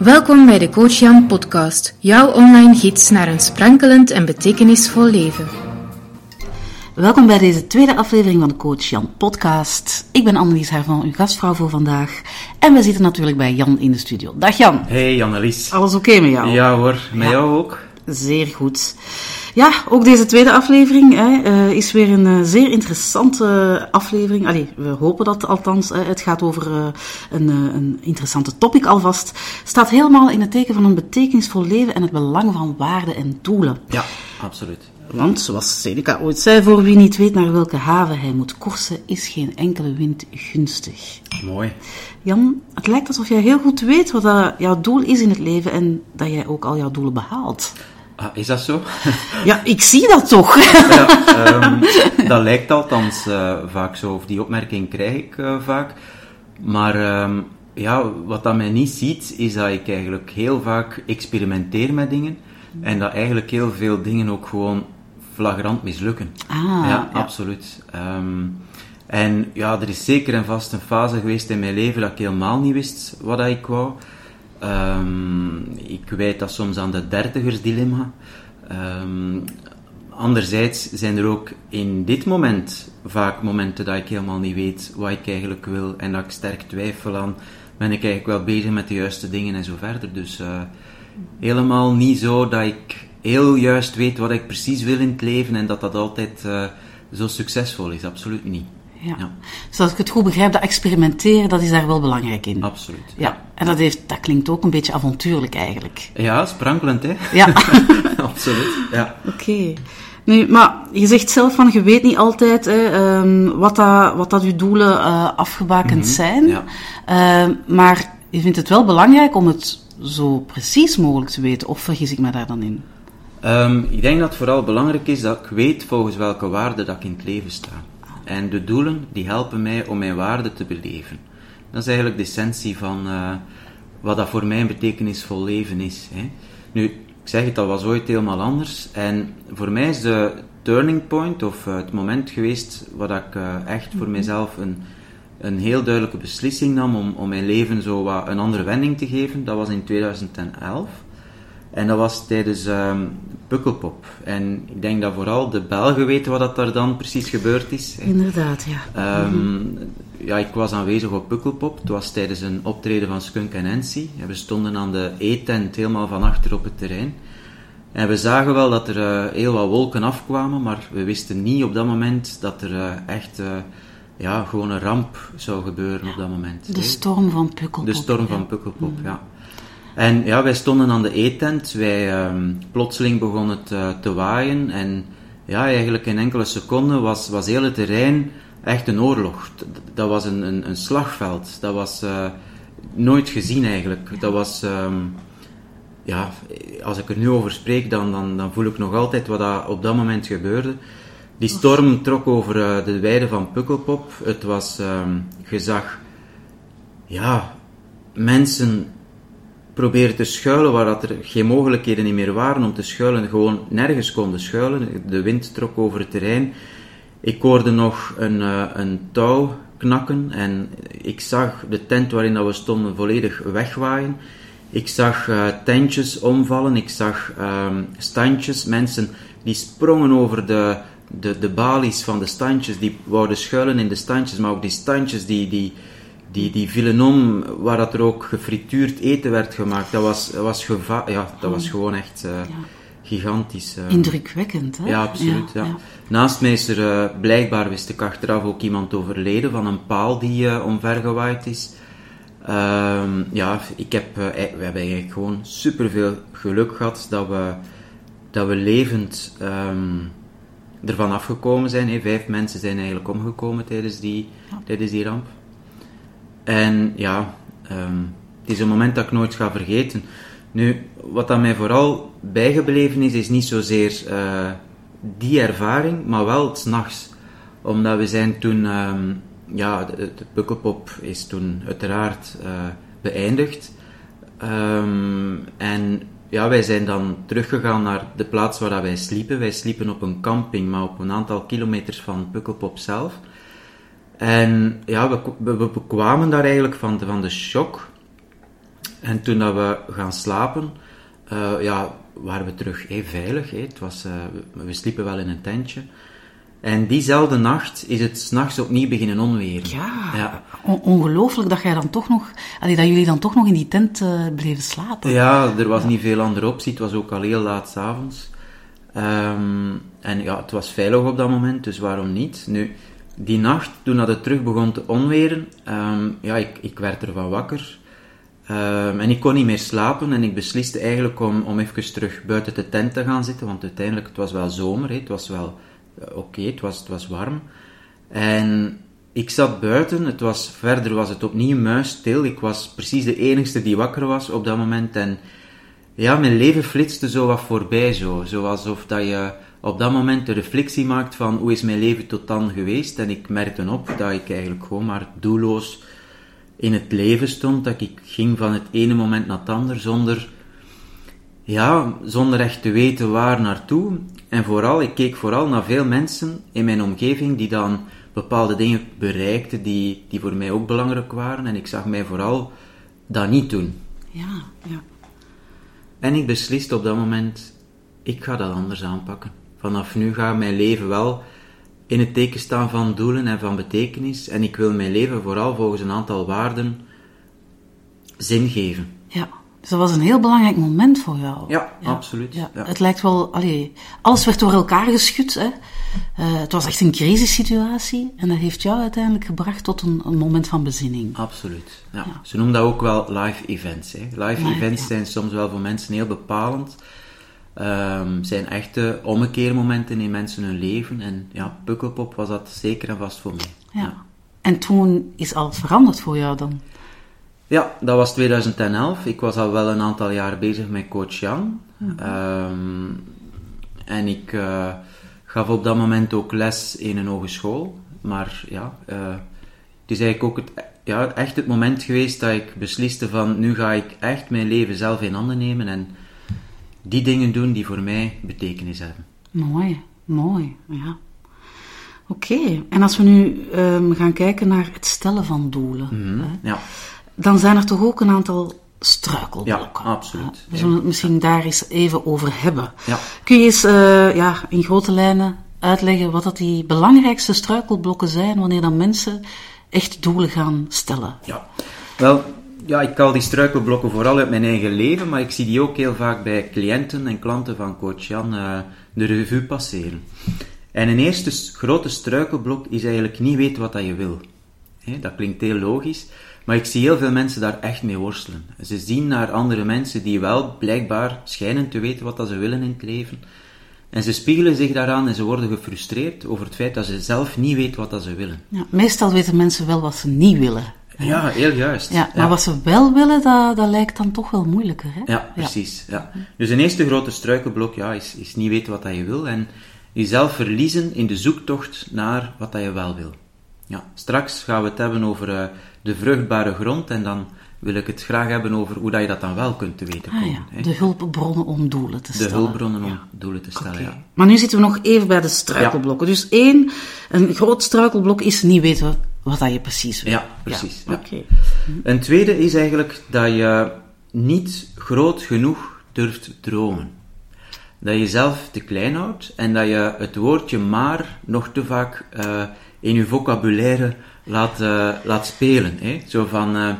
Welkom bij de Coach Jan podcast, jouw online gids naar een sprankelend en betekenisvol leven. Welkom bij deze tweede aflevering van de Coach Jan podcast. Ik ben Annelies Hervan, uw gastvrouw voor vandaag. En we zitten natuurlijk bij Jan in de studio. Dag Jan. Hey Annelies. Alles oké met jou? Ja hoor, met jou ook? Zeer goed. Ja, ook deze tweede aflevering is weer een zeer interessante aflevering. Allee, we hopen dat althans. Het gaat over een interessante topic alvast. Staat helemaal in het teken van een betekenisvol leven en het belang van waarden en doelen. Ja, absoluut. Want, zoals Seneca ooit zei, voor wie niet weet naar welke haven hij moet koersen, is geen enkele wind gunstig. Mooi. Jan, het lijkt alsof jij heel goed weet wat jouw doel is in het leven en dat jij ook al jouw doelen behaalt. Ah, is dat zo? Ja, ik zie dat toch. Ja, dat lijkt althans vaak zo, of die opmerking krijg ik vaak. Maar wat dat mij niet ziet, is dat ik eigenlijk heel vaak experimenteer met dingen. En dat eigenlijk heel veel dingen ook gewoon flagrant mislukken. Ja, absoluut. En ja, er is zeker en vast een fase geweest in mijn leven dat ik helemaal niet wist wat ik wou. Ik weet dat soms aan de 30ersdilemma. Anderzijds zijn er ook in dit moment vaak momenten dat ik helemaal niet weet wat ik eigenlijk wil en dat ik sterk twijfel aan, ben ik eigenlijk wel bezig met de juiste dingen en zo verder. Dus helemaal niet zo dat ik heel juist weet wat ik precies wil in het leven en dat dat altijd zo succesvol is. Absoluut niet. Ja. Dus als ik het goed begrijp, dat experimenteren, dat is daar wel belangrijk in. Absoluut. Ja. En dat klinkt ook een beetje avontuurlijk eigenlijk. Ja, sprankelend hè? Ja. Absoluut, ja. Oké. Nu, maar je zegt zelf van, je weet niet altijd wat dat je doelen afgebakend zijn. Ja. Maar je vindt het wel belangrijk om het zo precies mogelijk te weten, of vergis ik me daar dan in? Ik denk dat het vooral belangrijk is dat ik weet volgens welke waarden dat ik in het leven sta. En de doelen, die helpen mij om mijn waarden te beleven. Dat is eigenlijk de essentie van wat dat voor mij een betekenisvol leven is. Hè. Nu, ik zeg het, dat was ooit helemaal anders. En voor mij is de turning point, of het moment geweest, waar ik echt voor mezelf een heel duidelijke beslissing nam om mijn leven zo wat een andere wending te geven. Dat was in 2011. En dat was tijdens Pukkelpop. En ik denk dat vooral de Belgen weten wat dat daar dan precies gebeurd is. Inderdaad, ja. Ja, ik was aanwezig op Pukkelpop. Het was tijdens een optreden van Skunk en Nancy. En we stonden aan de E-tent helemaal van achter op het terrein. En we zagen wel dat er heel wat wolken afkwamen, maar we wisten niet op dat moment dat er echt gewoon een ramp zou gebeuren op dat moment. De storm van Pukkelpop. De storm van Pukkelpop, ja. En ja, wij stonden aan de E-tent. Plotseling begon het te waaien. En ja, eigenlijk in enkele seconden was heel het terrein echt een oorlog. Dat was een slagveld. Dat was nooit gezien eigenlijk. Dat was, als ik er nu over spreek, dan voel ik nog altijd wat dat op dat moment gebeurde. Die storm trok over de weide van Pukkelpop. Het was, je zag, mensen proberen te schuilen waar dat er geen mogelijkheden niet meer waren om te schuilen, gewoon nergens konden schuilen. De wind trok over het terrein. Ik hoorde nog een touw knakken en ik zag de tent waarin dat we stonden volledig wegwaaien. Ik zag tentjes omvallen, ik zag standjes, mensen die sprongen over de balies van de standjes, die wouden schuilen in de standjes, maar ook die standjes die vielen om, waar dat er ook gefrituurd eten werd gemaakt. Dat was gewoon echt gigantisch. Indrukwekkend, hè? Ja, absoluut. Ja. Naast mij is er blijkbaar, wist ik achteraf, ook iemand overleden van een paal die omvergewaaid is. We hebben eigenlijk gewoon superveel geluk gehad dat we levend ervan afgekomen zijn. 5 mensen zijn eigenlijk omgekomen tijdens die ramp. En het is een moment dat ik nooit ga vergeten. Nu, wat dat mij vooral bijgebleven is niet zozeer die ervaring, maar wel 's nachts. Omdat we zijn toen, de Pukkelpop is toen uiteraard beëindigd. En ja, wij zijn dan teruggegaan naar de plaats waar wij sliepen. Wij sliepen op een camping, maar op een aantal kilometers van Pukkelpop zelf. En ja, we kwamen daar eigenlijk van de shock. En toen dat we gaan slapen, waren we terug veilig. Het was, we sliepen wel in een tentje. En diezelfde nacht is het 's nachts opnieuw beginnen onweren. Ja. Ongelooflijk dat jullie dan toch nog in die tent bleven slapen. Ja, er was niet veel andere optie. Het was ook al heel laat 's avonds. En ja, het was veilig op dat moment, dus waarom niet? Nu, die nacht, toen dat het terug begon te onweren, ik werd ervan wakker. En ik kon niet meer slapen en ik besliste eigenlijk om even terug buiten de tent te gaan zitten, want uiteindelijk, het was wel zomer, het was wel het was warm. En ik zat buiten, verder was het opnieuw muisstil, ik was precies de enigste die wakker was op dat moment en ja, mijn leven flitste zo wat voorbij, zo alsof dat je op dat moment de reflectie maakt van hoe is mijn leven tot dan geweest en ik merkte op dat ik eigenlijk gewoon maar doelloos in het leven stond, dat ik ging van het ene moment naar het ander zonder echt te weten waar naartoe. En ik keek vooral naar veel mensen in mijn omgeving die dan bepaalde dingen bereikten die voor mij ook belangrijk waren. En ik zag mij vooral dat niet doen. Ja. En ik besliste op dat moment, ik ga dat anders aanpakken. Vanaf nu gaat mijn leven wel in het teken staan van doelen en van betekenis. En ik wil mijn leven vooral volgens een aantal waarden zin geven. Ja. Dus dat was een heel belangrijk moment voor jou. Ja, absoluut. Ja. Ja. Het lijkt wel... alles werd door elkaar geschud. Hè? Het was echt een crisissituatie. En dat heeft jou uiteindelijk gebracht tot een moment van bezinning. Absoluut. Ja. Ze noemen dat ook wel live events. Hè. Live events zijn soms wel voor mensen heel bepalend. Zijn echte ommekeermomenten in mensen hun leven. En ja, Pukkelpop was dat zeker en vast voor mij. Ja. En toen is alles veranderd voor jou dan? Ja, dat was 2011. Ik was al wel een aantal jaar bezig met coach Jan. En ik gaf op dat moment ook les in een hogeschool. Maar het is eigenlijk ook echt het moment geweest dat ik besliste van nu ga ik echt mijn leven zelf in handen nemen en die dingen doen die voor mij betekenis hebben. Mooi, ja. Oké, en als we nu gaan kijken naar het stellen van doelen, dan zijn er toch ook een aantal struikelblokken. Ja, absoluut. We zullen het misschien daar eens even over hebben. Ja. Kun je eens in grote lijnen uitleggen wat dat die belangrijkste struikelblokken zijn wanneer dan mensen echt doelen gaan stellen? Ja, wel... Ja, ik haal die struikelblokken vooral uit mijn eigen leven, maar ik zie die ook heel vaak bij cliënten en klanten van coach Jan de revue passeren. En een eerste grote struikelblok is eigenlijk niet weten wat dat je wil. Dat klinkt heel logisch, maar ik zie heel veel mensen daar echt mee worstelen. Ze zien naar andere mensen die wel blijkbaar schijnen te weten wat dat ze willen in het leven. En ze spiegelen zich daaraan en ze worden gefrustreerd over het feit dat ze zelf niet weten wat dat ze willen. Ja, meestal weten mensen wel wat ze niet willen. Ja, heel juist. Ja, maar wat ze wel willen, dat lijkt dan toch wel moeilijker, hè? Ja, precies. Ja. Dus een eerste grote struikelblok is niet weten wat dat je wil en jezelf verliezen in de zoektocht naar wat dat je wel wil. Ja, straks gaan we het hebben over de vruchtbare grond en dan wil ik het graag hebben over hoe dat je dat dan wel kunt te weten komen. Ja. De hulpbronnen om doelen te stellen. De hulpbronnen om doelen te stellen, ja. Maar nu zitten we nog even bij de struikelblokken. Dus een groot struikelblok is niet weten wat dat je precies wil. Ja, precies. Ja. Okay. Een tweede is eigenlijk dat je niet groot genoeg durft dromen. Dat je jezelf te klein houdt en dat je het woordje maar nog te vaak in je vocabulaire laat spelen. Zo van,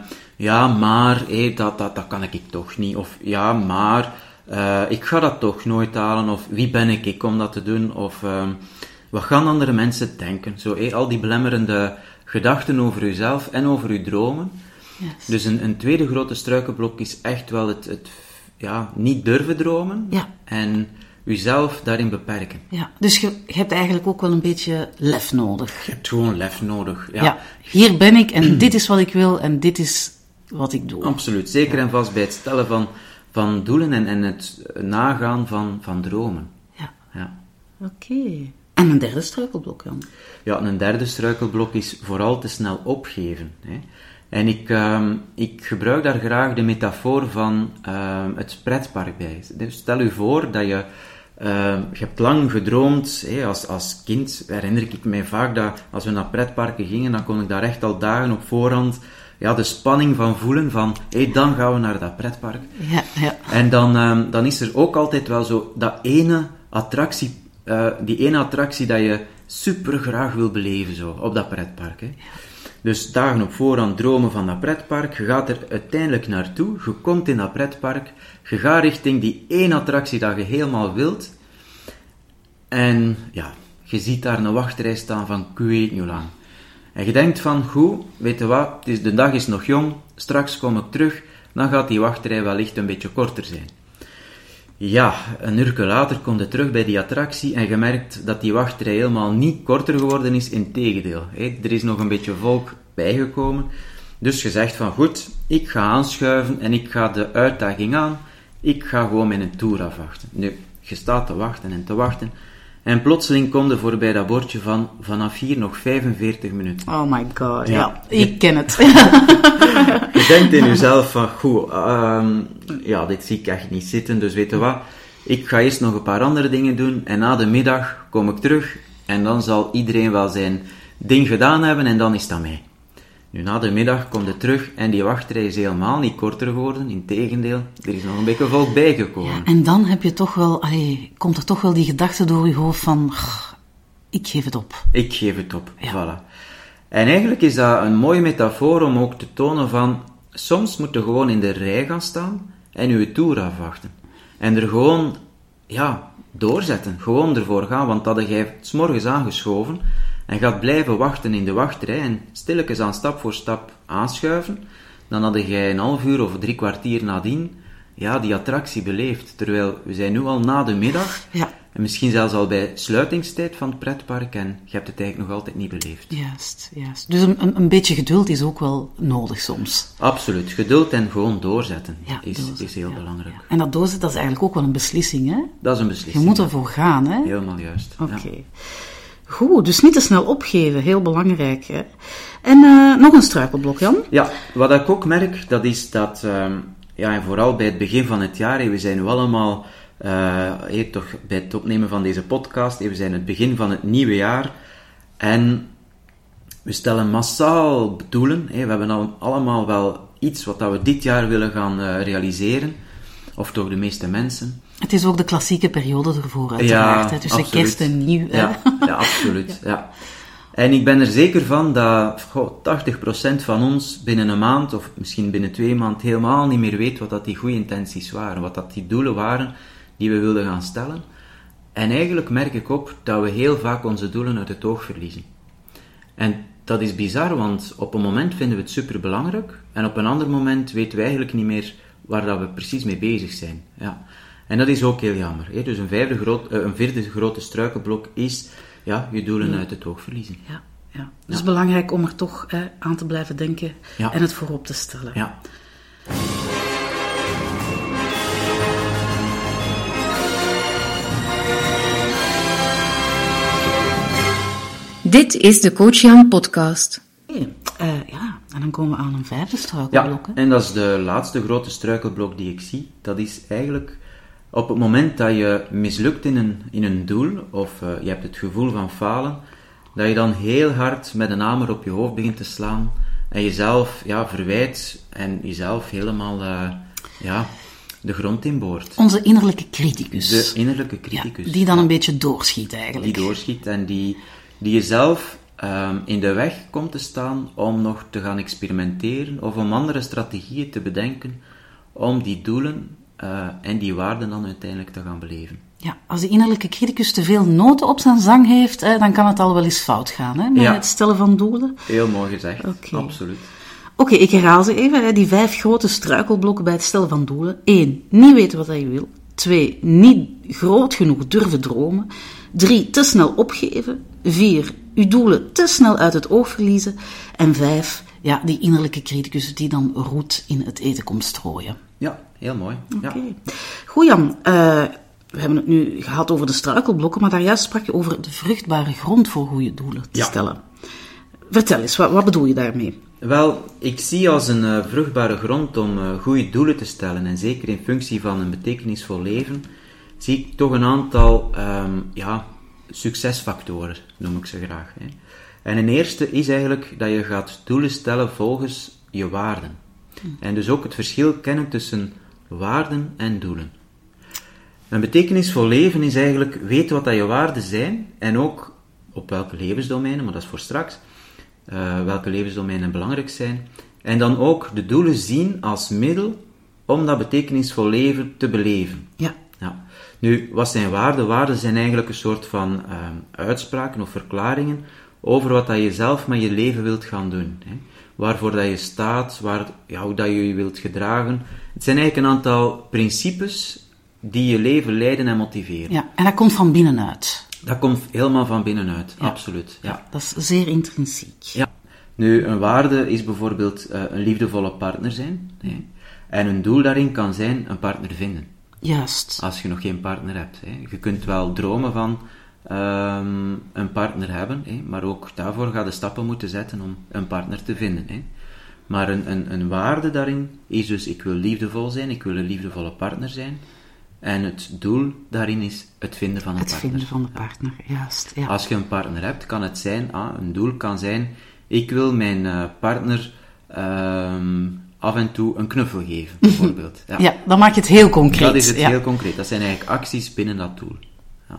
dat kan ik toch niet. Of ja, maar ik ga dat toch nooit halen. Of wie ben ik om dat te doen? Of wat gaan andere mensen denken? Zo, al die belemmerende gedachten over uzelf en over uw dromen. Yes. Dus een tweede grote struikelblok is echt wel het niet durven dromen en uzelf daarin beperken. Ja, dus je hebt eigenlijk ook wel een beetje lef nodig. Je hebt gewoon lef nodig. Ja, hier ben ik en dit is wat ik wil en dit is wat ik doe. Absoluut, zeker en vast bij het stellen van doelen en het nagaan van dromen. Ja. Oké. En een derde struikelblok dan? Ja, een derde struikelblok is vooral te snel opgeven. En ik gebruik daar graag de metafoor van het pretpark bij. Dus stel u voor dat je hebt lang gedroomd, als kind herinner ik mij vaak dat als we naar pretparken gingen, dan kon ik daar echt al dagen op voorhand de spanning van voelen van, dan gaan we naar dat pretpark. Ja. En dan is er ook altijd wel zo dat ene attractie, die ene attractie dat je super graag wil beleven zo, op dat pretpark. Hè. Dus dagen op voorhand dromen van dat pretpark, je gaat er uiteindelijk naartoe, je komt in dat pretpark, je gaat richting die ene attractie dat je helemaal wilt, en ja, je ziet daar een wachtrij staan van ik weet niet hoe lang. En je denkt van, goed, weet je wat, de dag is nog jong, straks kom ik terug, dan gaat die wachtrij wellicht een beetje korter zijn. Ja, een uur later kom je terug bij die attractie en je merkt dat die wachtrij helemaal niet korter geworden is, integendeel. Er is nog een beetje volk bijgekomen. Dus je zegt van, goed, ik ga aanschuiven en ik ga de uitdaging aan. Ik ga gewoon mijn tour afwachten. Nu, je staat te wachten en te wachten. En plotseling komt er voorbij dat bordje van, vanaf hier nog 45 minuten. Oh my god, ja, ik ken het. Je denkt in jezelf van, goed, dit zie ik echt niet zitten, dus weet je wat, ik ga eerst nog een paar andere dingen doen, en na de middag kom ik terug, en dan zal iedereen wel zijn ding gedaan hebben, en dan is dat mij. Nu, na de middag komt het terug, en die wachtrij is helemaal niet korter geworden, integendeel, er is nog een beetje volk bijgekomen. Ja, en dan heb je toch wel, komt er toch wel die gedachte door je hoofd van, ik geef het op. Ik geef het op, voilà. En eigenlijk is dat een mooie metafoor om ook te tonen van, soms moet je gewoon in de rij gaan staan en je tour afwachten. En er gewoon, doorzetten. Gewoon ervoor gaan, want dat jij 's morgens aangeschoven en gaat blijven wachten in de wachtrij en stilletjes aan stap voor stap aanschuiven, dan had jij een half uur of 3 kwartier nadien, die attractie beleefd. Terwijl we zijn nu al na de middag. Ja. En misschien zelfs al bij sluitingstijd van het pretpark en je hebt het eigenlijk nog altijd niet beleefd. Juist. Dus een beetje geduld is ook wel nodig soms. Absoluut. Geduld en gewoon doorzetten is heel belangrijk. Ja. En dat doorzetten, dat is eigenlijk ook wel een beslissing, hè? Dat is een beslissing. Je moet ervoor gaan, hè? Helemaal juist. Oké. Goed, dus niet te snel opgeven. Heel belangrijk, hè? En nog een struikelblok, Jan? Ja, wat ik ook merk, dat is dat... en vooral bij het begin van het jaar, we zijn nu allemaal... toch bij het opnemen van deze podcast, we zijn het begin van het nieuwe jaar en we stellen massaal doelen. We hebben allemaal wel iets wat we dit jaar willen gaan realiseren, of toch de meeste mensen. Het is ook de klassieke periode ervoor, uiteraard. Ja, tussen kerst en nieuw. Ja, absoluut. Ja. En ik ben er zeker van dat 80% van ons binnen een maand, of misschien binnen 2 maanden, helemaal niet meer weet wat dat die goede intenties waren, wat dat die doelen waren die we wilden gaan stellen. En eigenlijk merk ik op dat we heel vaak onze doelen uit het oog verliezen. En dat is bizar, want op een moment vinden we het superbelangrijk, en op een ander moment weten we eigenlijk niet meer waar dat we precies mee bezig zijn. Ja. En dat is ook heel jammer. Dus een vierde grote struikelblok is je doelen uit het oog verliezen. Ja. Het is belangrijk om er toch aan te blijven denken en het voorop te stellen. Ja. Dit is de Coach Jan podcast. En dan komen we aan een 5e struikelblok. Ja, en dat is de laatste grote struikelblok die ik zie. Dat is eigenlijk op het moment dat je mislukt in een doel, of je hebt het gevoel van falen, dat je dan heel hard met een hamer op je hoofd begint te slaan en jezelf verwijt en jezelf helemaal de grond inboort. Onze innerlijke criticus. De innerlijke criticus. Die dan een beetje doorschiet eigenlijk. Die doorschiet en die jezelf in de weg komt te staan om nog te gaan experimenteren of om andere strategieën te bedenken om die doelen en die waarden dan uiteindelijk te gaan beleven. Ja, als die innerlijke criticus te veel noten op zijn zang heeft, dan kan het al wel eens fout gaan, hè, met het stellen van doelen. Heel mooi gezegd, absoluut. Oké, ik herhaal ze even, die 5 grote struikelblokken bij het stellen van doelen. 1, niet weten wat je wil. 2, niet groot genoeg durven dromen. 3, te snel opgeven. 4, uw doelen te snel uit het oog verliezen. En 5, die innerlijke criticus die dan roet in het eten komt strooien. Ja, heel mooi. Oké. Goed, Jan. We hebben het nu gehad over de struikelblokken, maar daarjuist sprak je over de vruchtbare grond voor goede doelen te stellen. Vertel eens, wat bedoel je daarmee? Wel, ik zie als een vruchtbare grond om goede doelen te stellen, en zeker in functie van een betekenisvol leven, zie ik toch een aantal succesfactoren, noem ik ze graag. Hè. En een eerste is eigenlijk dat je gaat doelen stellen volgens je waarden. En dus ook het verschil kennen tussen waarden en doelen. Een betekenisvol leven is eigenlijk weten wat dat je waarden zijn en ook op welke levensdomeinen, maar dat is voor straks, welke levensdomeinen belangrijk zijn. En dan ook de doelen zien als middel om dat betekenisvol leven te beleven. Ja. Nu, wat zijn waarden? Waarden zijn eigenlijk een soort van uitspraken of verklaringen over wat dat je zelf met je leven wilt gaan doen. Hè. Waarvoor dat je staat, hoe dat je je wilt gedragen. Het zijn eigenlijk een aantal principes die je leven leiden en motiveren. Ja, en dat komt van binnenuit. Dat komt helemaal van binnenuit, absoluut. Ja. Dat is zeer intrinsiek. Ja. Nu, een waarde is bijvoorbeeld een liefdevolle partner zijn. Hè. En een doel daarin kan zijn een partner vinden. Juist. Als je nog geen partner hebt. Hè. Je kunt wel dromen van een partner hebben, hè, maar ook daarvoor ga je stappen moeten zetten om een partner te vinden. Hè. Maar een waarde daarin is dus, ik wil liefdevol zijn, ik wil een liefdevolle partner zijn. En het doel daarin is het vinden van een partner. Het vinden van de partner, juist. Ja. Als je een partner hebt, kan het zijn, een doel kan zijn, ik wil mijn partner af en toe een knuffel geven, bijvoorbeeld. Ja, dan maak je het heel concreet. Dat is het heel concreet. Dat zijn eigenlijk acties binnen dat doel. Ja.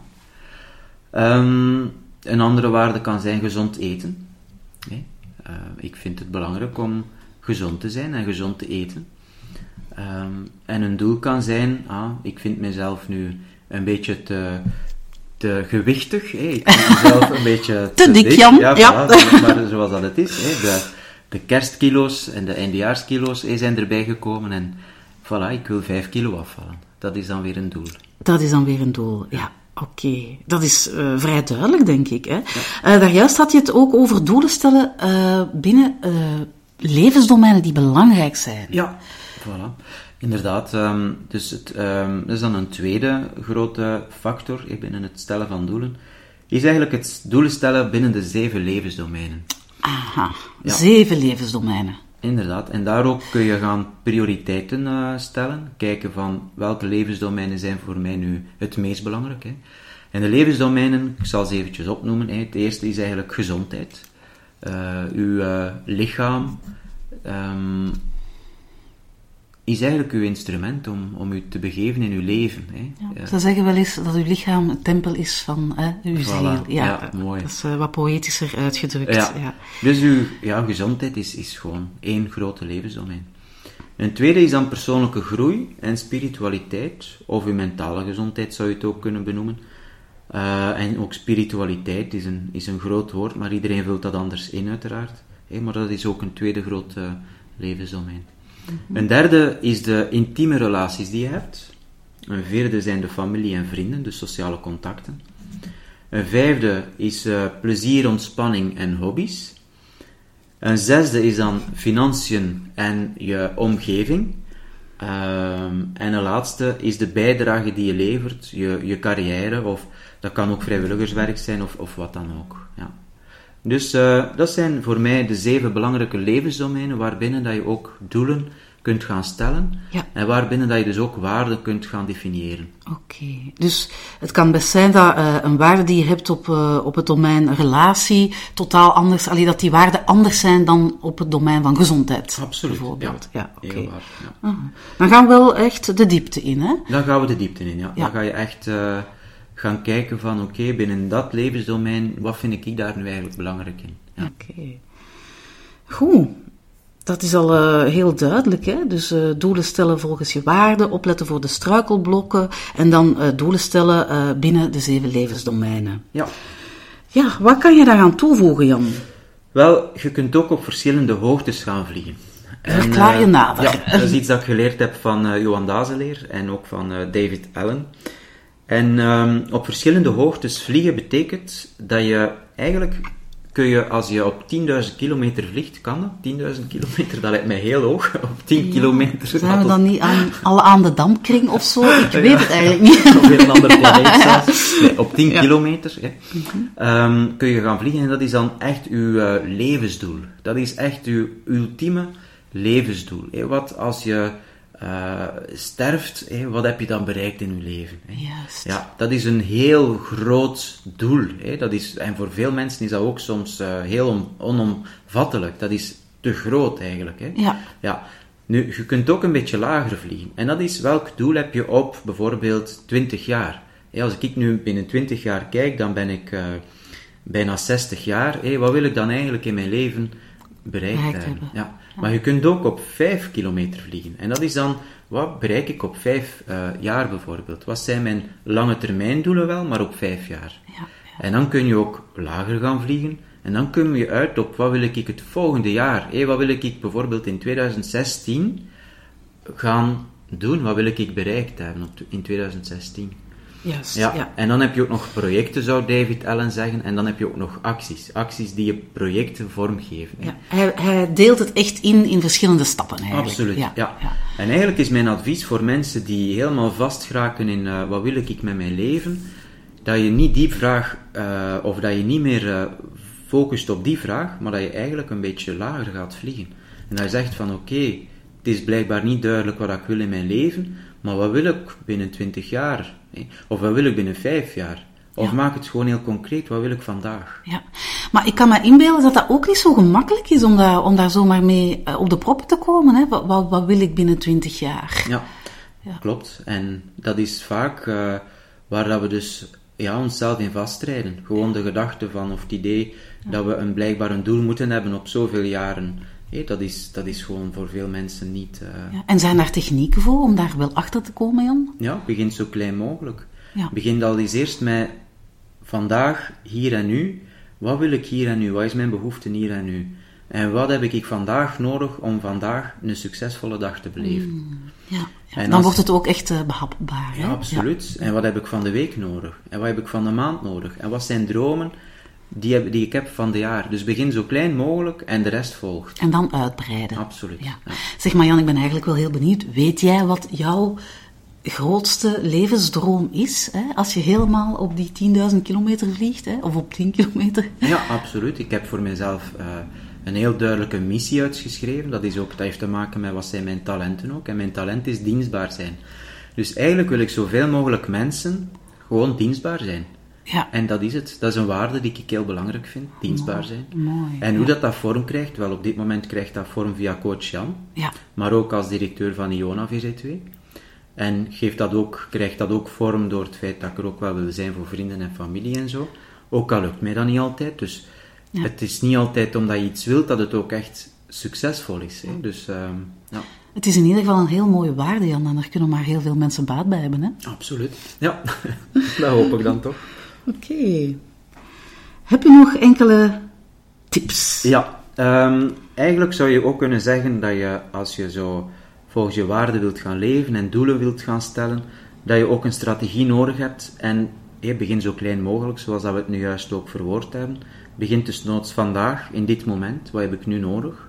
Een andere waarde kan zijn gezond eten. Nee? Ik vind het belangrijk om gezond te zijn en gezond te eten. En een doel kan zijn, ik vind mezelf nu een beetje te gewichtig. Ik vind mezelf een beetje te dik, Jan. Ja. Maar zoals dat het is. De kerstkilo's en de eindejaarskilo's zijn erbij gekomen en voilà, ik wil 5 kilo afvallen. Dat is dan weer een doel. Dat is dan weer een doel, ja. Oké. Dat is vrij duidelijk, denk ik. Hè? Ja. Daarjuist had je het ook over doelen stellen binnen levensdomeinen die belangrijk zijn. Ja, voilà. Inderdaad. Dus dat is dan een tweede grote factor binnen het stellen van doelen. Is eigenlijk het doelen stellen binnen de 7 levensdomeinen. Aha, 7 levensdomeinen. Inderdaad, en daar ook kun je gaan prioriteiten stellen. Kijken van welke levensdomeinen zijn voor mij nu het meest belangrijk. Hè. En de levensdomeinen, ik zal ze eventjes opnoemen. Het eerste is eigenlijk gezondheid. Uw lichaam is eigenlijk uw instrument om u te begeven in uw leven. Hè. Ja, ze zeggen wel eens dat uw lichaam een tempel is van uw ziel. Ja, mooi. Dat is wat poëtischer uitgedrukt. Ja. Dus uw gezondheid is gewoon één grote levensdomein. Een tweede is dan persoonlijke groei en spiritualiteit, of uw mentale gezondheid zou je het ook kunnen benoemen. En ook spiritualiteit is een groot woord, maar iedereen vult dat anders in uiteraard. Maar dat is ook een tweede groot levensdomein. Een derde is de intieme relaties die je hebt. Een vierde zijn de familie en vrienden, de sociale contacten. Een vijfde is plezier, ontspanning en hobby's. Een zesde is dan financiën en je omgeving. En een laatste is de bijdrage die je levert, je carrière, of dat kan ook vrijwilligerswerk zijn of wat dan ook. Ja. Dus dat zijn voor mij de 7 belangrijke levensdomeinen waarbinnen dat je ook doelen kunt gaan stellen en waarbinnen dat je dus ook waarden kunt gaan definiëren. Oké. Dus het kan best zijn dat een waarde die je hebt op het domein relatie totaal anders, dat die waarden anders zijn dan op het domein van gezondheid. Absoluut. Bijvoorbeeld. Ja, oké. Heel waar. Ja. Dan gaan we wel echt de diepte in, hè? Dan gaan we de diepte in, ja. Dan ga je echt gaan kijken van, oké, binnen dat levensdomein, wat vind ik daar nu eigenlijk belangrijk in? Ja. Oké. Goed. Dat is al heel duidelijk, hè? Dus doelen stellen volgens je waarden, opletten voor de struikelblokken en dan doelen stellen binnen de 7 levensdomeinen. Ja. Ja, wat kan je daaraan toevoegen, Jan? Wel, je kunt ook op verschillende hoogtes gaan vliegen. Verklaar je nader. Ja, dat is iets dat ik geleerd heb van Johan Dazeleer en ook van David Allen. En op verschillende hoogtes vliegen betekent dat je eigenlijk... kun je, als je op 10.000 kilometer vliegt, kan dat? 10.000 kilometer, dat lijkt mij heel hoog. Op 10 kilometer. Zijn we dan niet aan de dampkring of zo? Ik weet het eigenlijk niet. Of weer een andere planeet zelfs. Nee, op 10 kilometer kun je gaan vliegen en dat is dan echt uw levensdoel. Dat is echt uw ultieme levensdoel. Wat als je sterft, wat heb je dan bereikt in je leven? Juist. Ja, dat is een heel groot doel. Dat is, en voor veel mensen is dat ook soms heel onomvattelijk. Dat is te groot eigenlijk. Hè? Ja. Nu, je kunt ook een beetje lager vliegen. En dat is, welk doel heb je op bijvoorbeeld 20 jaar? Als ik nu binnen 20 jaar kijk, dan ben ik bijna 60 jaar. Wat wil ik dan eigenlijk in mijn leven bereikt hebben? Ja. Maar je kunt ook op 5 kilometer vliegen. En dat is dan, wat bereik ik op 5 jaar bijvoorbeeld? Wat zijn mijn lange termijn doelen wel, maar op 5 jaar? Ja. En dan kun je ook lager gaan vliegen. En dan kom je uit op, wat wil ik het volgende jaar? Wat wil ik bijvoorbeeld in 2016 gaan doen? Wat wil ik bereikt hebben in 2016? Juist, ja. En dan heb je ook nog projecten, zou David Allen zeggen. En dan heb je ook nog acties. Acties die je projecten vormgeven. Ja. Hij deelt het echt in verschillende stappen eigenlijk. Absoluut, ja. En eigenlijk is mijn advies voor mensen die helemaal vastgeraken in wat wil ik met mijn leven, dat je niet die vraag, of dat je niet meer focust op die vraag, maar dat je eigenlijk een beetje lager gaat vliegen. En dat je zegt van oké, het is blijkbaar niet duidelijk wat ik wil in mijn leven, maar wat wil ik binnen 20 jaar? Of wat wil ik binnen 5 jaar? Of maak het gewoon heel concreet, wat wil ik vandaag? Ja, maar ik kan me inbeelden dat dat ook niet zo gemakkelijk is om daar zomaar mee op de proppen te komen. Hè? Wat wil ik binnen 20 jaar? Ja, klopt. En dat is vaak waar dat we dus onszelf in vastrijden. Gewoon de gedachte van, of het idee dat we blijkbaar een doel moeten hebben op zoveel jaren. Dat is gewoon voor veel mensen niet... En zijn daar technieken voor om daar wel achter te komen, Jan? Ja, begin zo klein mogelijk. Ja. Begin al eens eerst met vandaag, hier en nu. Wat wil ik hier en nu? Wat is mijn behoefte hier en nu? En wat heb ik vandaag nodig om vandaag een succesvolle dag te beleven? En dan wordt het ook echt behapbaar. Ja, absoluut. Ja. En wat heb ik van de week nodig? En wat heb ik van de maand nodig? En wat zijn dromen die ik heb van de jaar? Dus begin zo klein mogelijk en de rest volgt. En dan uitbreiden. Absoluut. Ja. Zeg maar Jan, ik ben eigenlijk wel heel benieuwd. Weet jij wat jouw grootste levensdroom is? Hè? Als je helemaal op die 10.000 kilometer vliegt, hè? Of op 10 kilometer? Ja, absoluut. Ik heb voor mezelf een heel duidelijke missie uitgeschreven. Dat heeft te maken met wat zijn mijn talenten ook. En mijn talent is dienstbaar zijn. Dus eigenlijk wil ik zoveel mogelijk mensen gewoon dienstbaar zijn. Ja. En dat is het. Dat is een waarde die ik heel belangrijk vind. Dienstbaar zijn. Mooi. En hoe dat vorm krijgt? Wel, op dit moment krijgt dat vorm via coach Jan. Ja. Maar ook als directeur van Iona VZ2. En krijgt dat ook vorm door het feit dat ik er ook wel wil zijn voor vrienden en familie en zo. Ook al lukt mij dat niet altijd. Dus het is niet altijd omdat je iets wilt dat het ook echt succesvol is. Hè? Dus, Het is in ieder geval een heel mooie waarde, Jan. En daar kunnen maar heel veel mensen baat bij hebben. Hè? Absoluut. Ja, dat hoop ik dan toch. Oké. Heb je nog enkele tips? Ja, eigenlijk zou je ook kunnen zeggen dat je, als je zo volgens je waarden wilt gaan leven en doelen wilt gaan stellen, dat je ook een strategie nodig hebt. En begin zo klein mogelijk, zoals dat we het nu juist ook verwoord hebben. Begin desnoods vandaag, in dit moment. Wat heb ik nu nodig?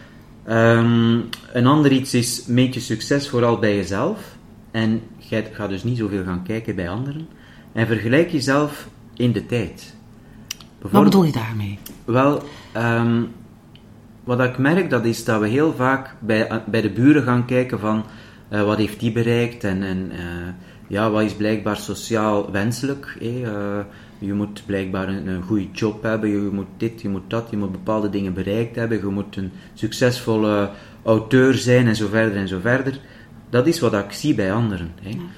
Een ander iets is, meet je succes vooral bij jezelf. En ga dus niet zoveel gaan kijken bij anderen. En vergelijk jezelf in de tijd. Wat bedoel je daarmee? Wel, wat ik merk, dat is dat we heel vaak bij de buren gaan kijken van wat heeft die bereikt en wat is blijkbaar sociaal wenselijk. Je moet blijkbaar een goede job hebben, je moet dit, je moet dat, je moet bepaalde dingen bereikt hebben, je moet een succesvolle auteur zijn en zo verder en zo verder. Dat is wat ik zie bij anderen.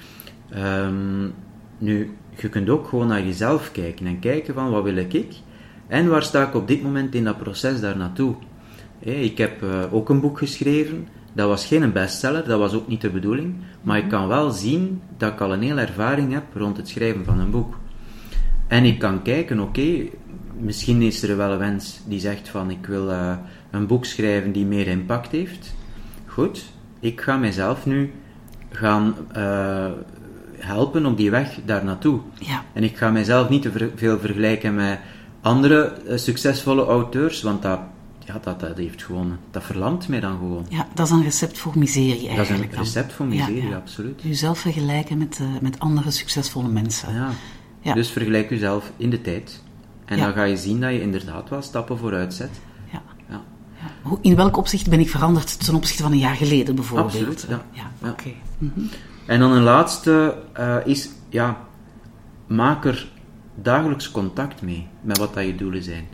Nu, je kunt ook gewoon naar jezelf kijken en kijken van wat wil ik en waar sta ik op dit moment in dat proces daar naartoe. Ik heb ook een boek geschreven, dat was geen bestseller, dat was ook niet de bedoeling, maar ik kan wel zien dat ik al een hele ervaring heb rond het schrijven van een boek. En ik kan kijken, misschien is er wel een wens die zegt van ik wil een boek schrijven die meer impact heeft. Goed, ik ga mijzelf nu gaan helpen op die weg daar naartoe. Ja. En ik ga mijzelf niet te veel vergelijken met andere succesvolle auteurs, want dat heeft gewoon, dat verlamt mij dan gewoon. Ja, dat is een recept voor miserie eigenlijk. Dat is een recept voor miserie, absoluut. Jezelf vergelijken met andere succesvolle mensen. Ja. Dus vergelijk jezelf in de tijd. En dan ga je zien dat je inderdaad wel stappen vooruit zet. Ja. In welk opzicht ben ik veranderd ten opzichte van een jaar geleden bijvoorbeeld? Absoluut, Oké. Mm-hmm. En dan een laatste is, maak er dagelijks contact mee met wat dat je doelen zijn.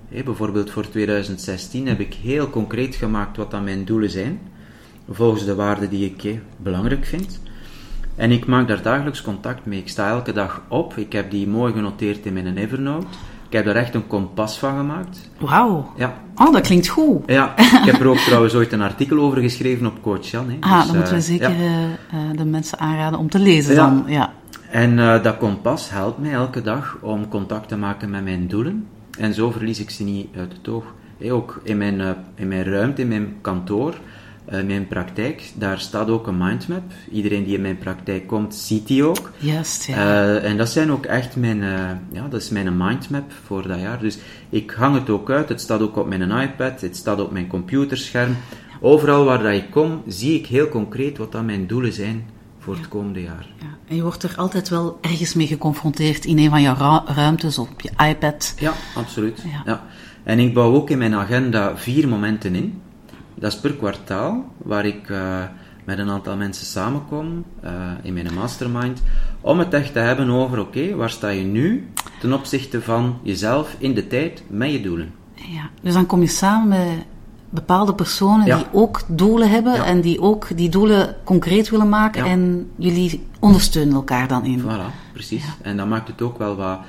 Bijvoorbeeld voor 2016 heb ik heel concreet gemaakt wat dan mijn doelen zijn, volgens de waarden die ik belangrijk vind. En ik maak daar dagelijks contact mee. Ik sta elke dag op, ik heb die mooi genoteerd in mijn Evernote. Ik heb daar echt een kompas van gemaakt. Wauw. Ja. Oh, dat klinkt goed. Ja, ik heb er ook trouwens ooit een artikel over geschreven op Coach Jan. Dus, dan moeten we zeker de mensen aanraden om te lezen dan. Ja. En dat kompas helpt mij elke dag om contact te maken met mijn doelen. En zo verlies ik ze niet uit het oog. Ook in mijn ruimte, in mijn kantoor, mijn praktijk, daar staat ook een mindmap. Iedereen die in mijn praktijk komt, ziet die ook. Juist, ja. En dat zijn ook echt dat is mijn mindmap voor dat jaar. Dus ik hang het ook uit, het staat ook op mijn iPad, het staat op mijn computerscherm. Overal waar dat ik kom, zie ik heel concreet wat dan mijn doelen zijn voor het komende jaar. Ja. En je wordt er altijd wel ergens mee geconfronteerd in een van je ruimtes of op je iPad. Ja, absoluut. Ja. En ik bouw ook in mijn agenda 4 momenten in. Dat is per kwartaal, waar ik met een aantal mensen samenkom, in mijn mastermind, om het echt te hebben over, oké, waar sta je nu ten opzichte van jezelf in de tijd met je doelen? Ja, dus dan kom je samen met bepaalde personen die ook doelen hebben en die ook die doelen concreet willen maken en jullie ondersteunen elkaar dan in. Voilà, precies. Ja. En dat maakt het ook wel wat,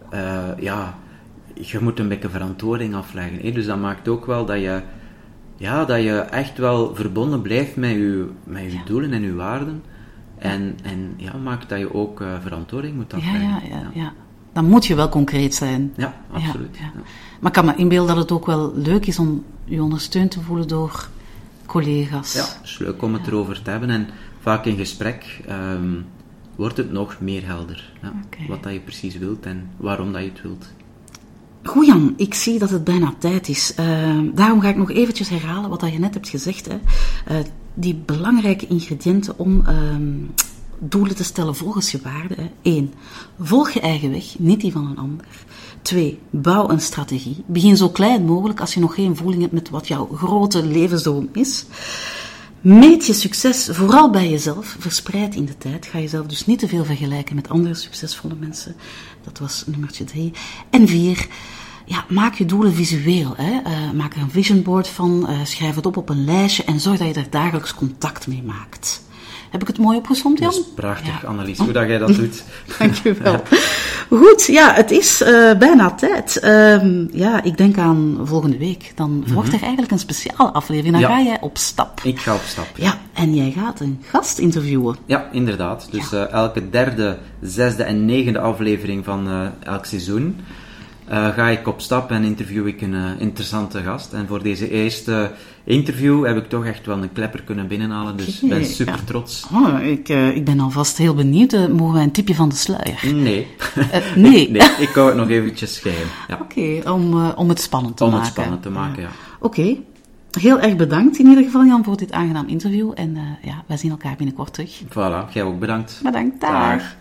je moet een beetje verantwoording afleggen. Hè? Dus dat maakt ook wel dat je echt wel verbonden blijft met je doelen en je waarden. En maakt dat je ook verantwoording moet afleggen. Ja. Dan moet je wel concreet zijn. Ja, absoluut. Ja. Maar ik kan me inbeelden dat het ook wel leuk is om je ondersteund te voelen door collega's. Ja, het is leuk om het erover te hebben. En vaak in gesprek wordt het nog meer helder. Ja, wat dat je precies wilt en waarom dat je het wilt. Goed Jan, ik zie dat het bijna tijd is. Daarom ga ik nog eventjes herhalen wat je net hebt gezegd. Hè. Die belangrijke ingrediënten om doelen te stellen volgens je waarden. 1. Volg je eigen weg, niet die van een ander. 2. Bouw een strategie. Begin zo klein mogelijk als je nog geen voeling hebt met wat jouw grote levensdroom is. Meet je succes vooral bij jezelf, verspreid in de tijd. Ga jezelf dus niet te veel vergelijken met andere succesvolle mensen. Dat was nummertje 3. En 4, maak je doelen visueel. Hè. Maak er een vision board van, schrijf het op een lijstje en zorg dat je er dagelijks contact mee maakt. Heb ik het mooi opgesomd, Jan? Dat is prachtig, Annelies, hoe dat jij dat doet. Dankjewel. Ja. Goed, het is bijna tijd. Ik denk aan volgende week. Dan volgt er eigenlijk een speciale aflevering. Dan ga jij op stap. Ik ga op stap. Ja, en jij gaat een gast interviewen. Ja, inderdaad. Dus elke 3e, 6e en 9e aflevering van elk seizoen ga ik op stap en interview ik een interessante gast. En voor deze eerste interview heb ik toch echt wel een klepper kunnen binnenhalen, dus ik ben super trots. Oh, ik ben alvast heel benieuwd. Mogen wij een tipje van de sluier? Nee. Nee, ik hou het nog eventjes geheim. Ja. Oké, om het spannend te maken. Om het spannend te maken, ja. Oké. Heel erg bedankt in ieder geval, Jan, voor dit aangenaam interview. En wij zien elkaar binnenkort terug. Voilà, jij ook bedankt. Bedankt, dag.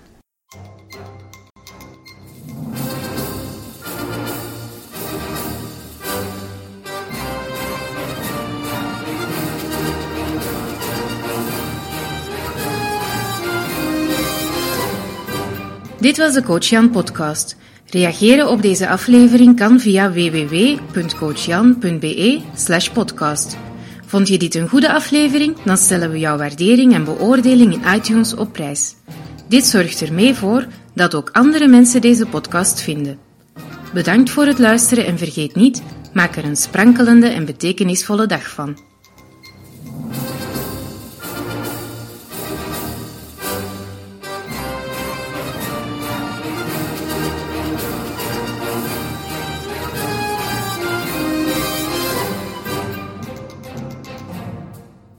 Dit was de Coach Jan podcast. Reageren op deze aflevering kan via www.coachjan.be/podcast. Vond je dit een goede aflevering? Dan stellen we jouw waardering en beoordeling in iTunes op prijs. Dit zorgt er mee voor dat ook andere mensen deze podcast vinden. Bedankt voor het luisteren en vergeet niet, maak er een sprankelende en betekenisvolle dag van.